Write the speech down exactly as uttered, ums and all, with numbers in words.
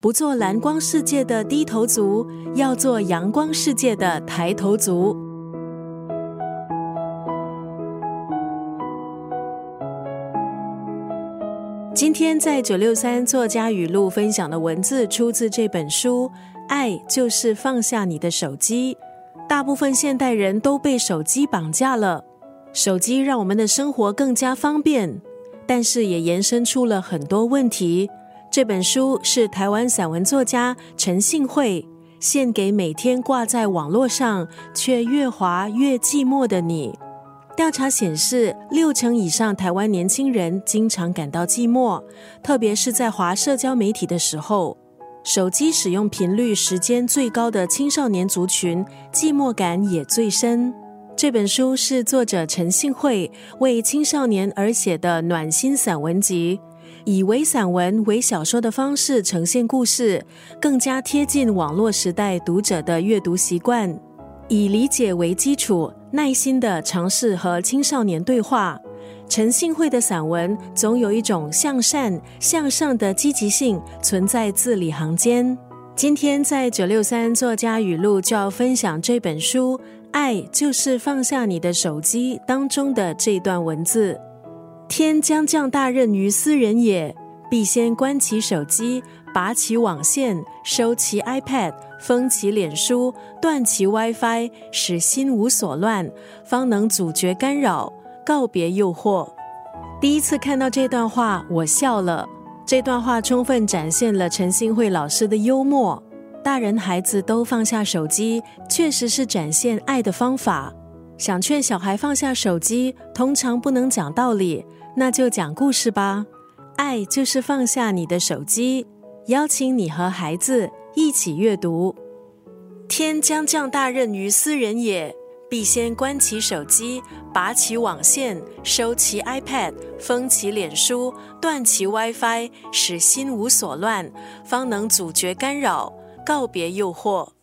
不做蓝光世界的低头族，要做阳光世界的抬头族。今天在九六三作家语录分享的文字出自这本书《爱就是放下你的手机》。大部分现代人都被手机绑架了，手机让我们的生活更加方便，但是也延伸出了很多问题。这本书是台湾散文作家陈信惠献给每天挂在网络上却越滑越寂寞的你。调查显示，六成以上台湾年轻人经常感到寂寞，特别是在滑社交媒体的时候。手机使用频率时间最高的青少年族群，寂寞感也最深。这本书是作者陈信惠为青少年而写的暖心散文集，以微散文、微小说的方式呈现故事，更加贴近网络时代读者的阅读习惯。以理解为基础，耐心地尝试和青少年对话。陈信惠的散文总有一种向善、向上的积极性存在字里行间。今天在九六三作家语录就要分享这本书《爱就是放下你的手机》当中的这段文字。天将降大任于斯人也，必先关起手机，拔起网线，收起 iPad， 封起脸书，断其 WiFi， 使心无所乱，方能阻绝干扰，告别诱惑。第一次看到这段话，我笑了。这段话充分展现了陈信惠老师的幽默。大人孩子都放下手机，确实是展现爱的方法。想劝小孩放下手机，通常不能讲道理，那就讲故事吧。爱就是放下你的手机，邀请你和孩子一起阅读。天将降大任于斯人也，必先关起手机，拔起网线，收起 iPad， 封起脸书，断其 WiFi， 使心无所乱，方能阻绝干扰，告别诱惑。